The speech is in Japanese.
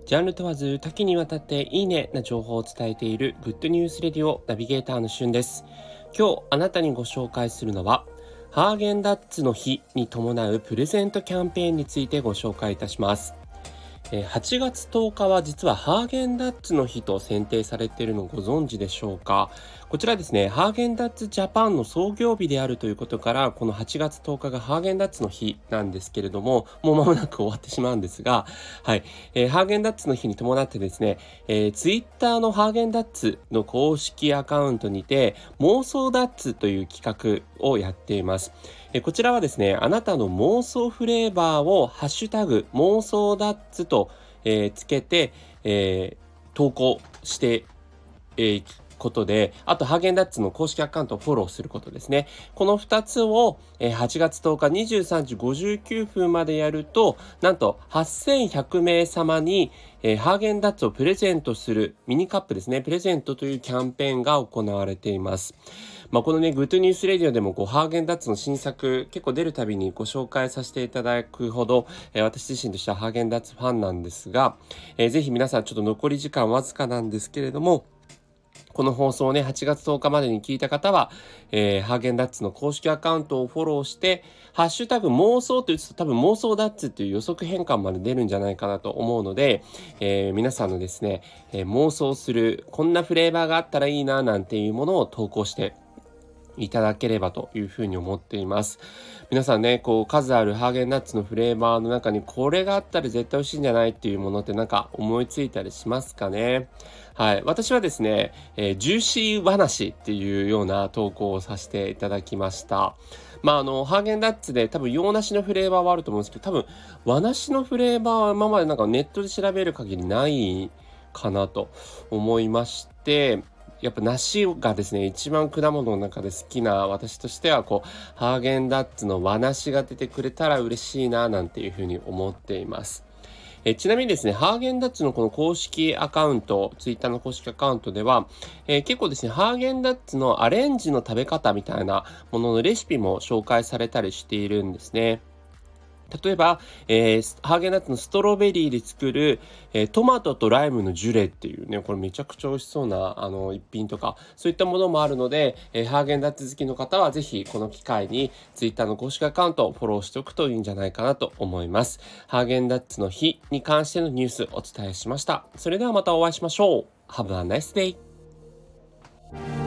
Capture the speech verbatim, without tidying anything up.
ジャンル問わず多岐にわたっていいねな情報を伝えているグッドニュースレディオナビゲーターのしゅんです。今日あなたにご紹介するのはハーゲンダッツの日に伴うプレゼントキャンペーンについてご紹介いたします。えーはちがつとおかは実はハーゲンダッツの日と選定されているのをご存知でしょうか。こちらですね、ハーゲンダッツジャパンの創業日であるということから、このはちがつとおかがハーゲンダッツの日なんですけれども、もう間もなく終わってしまうんですが、はい、えーハーゲンダッツの日に伴ってですね、えー、ツイッターのハーゲンダッツの公式アカウントにて妄想ダッツという企画をやっています。えーこちらはですね、あなたの妄想フレーバーをハッシュタグ妄想ダッツと、えーつけて、えー投稿してえーいくことで、あとハーゲンダッツの公式アカウントをフォローすることですね。このふたつを、えーはちがつとおかにじゅうさんじごじゅうきゅうふんまでやると、なんとはっせんひゃくめいさまに、えーハーゲンダッツをプレゼントするミニカップですね、プレゼントというキャンペーンが行われています。まあ、このね、グッドニュースレディオでもこうハーゲンダッツの新作結構出るたびにご紹介させていただくほど、えー私自身としてはハーゲンダッツファンなんですが、えーぜひ皆さんちょっと残り時間わずかなんですけれども、この放送をね、はちがつとおかまでに聞いた方は、えーハーゲンダッツの公式アカウントをフォローして、ハッシュタグ妄想と打つと多分妄想ダッツっていう予測変換まで出るんじゃないかなと思うので、えー皆さんのですね、えー妄想する、こんなフレーバーがあったらいいななんていうものを投稿していただければというふうに思っています。皆さんね、こう数あるハーゲンダッツのフレーバーの中にこれがあったら絶対美味しいんじゃないっていうものってなんか思いついたりしますかね。はい。私はですね、えージューシー和梨っていうような投稿をさせていただきました。まああの、ハーゲンダッツで多分洋梨のフレーバーはあると思うんですけど、多分和梨のフレーバーは今までなんかネットで調べる限りないかなと思いまして、やっぱ梨がですね、一番果物の中で好きな私としては、こう、ハーゲンダッツの和梨が出てくれたら嬉しいな、なんていうふうに思っています。えちなみにですね、ハーゲンダッツのこの公式アカウント、ツイッターの公式アカウントでは、えー結構ですね、ハーゲンダッツのアレンジの食べ方みたいなもののレシピも紹介されたりしているんですね。例えば、えーハーゲンダッツのストロベリーで作る、えートマトとライムのジュレっていうね、これめちゃくちゃ美味しそうなあの一品とか、そういったものもあるので、えーハーゲンダッツ好きの方はぜひこの機会にツイッターの公式アカウントをフォローしておくといいんじゃないかなと思います。ハーゲンダッツの日に関してのニュースお伝えしました。それではまたお会いしましょう。Have a nice day!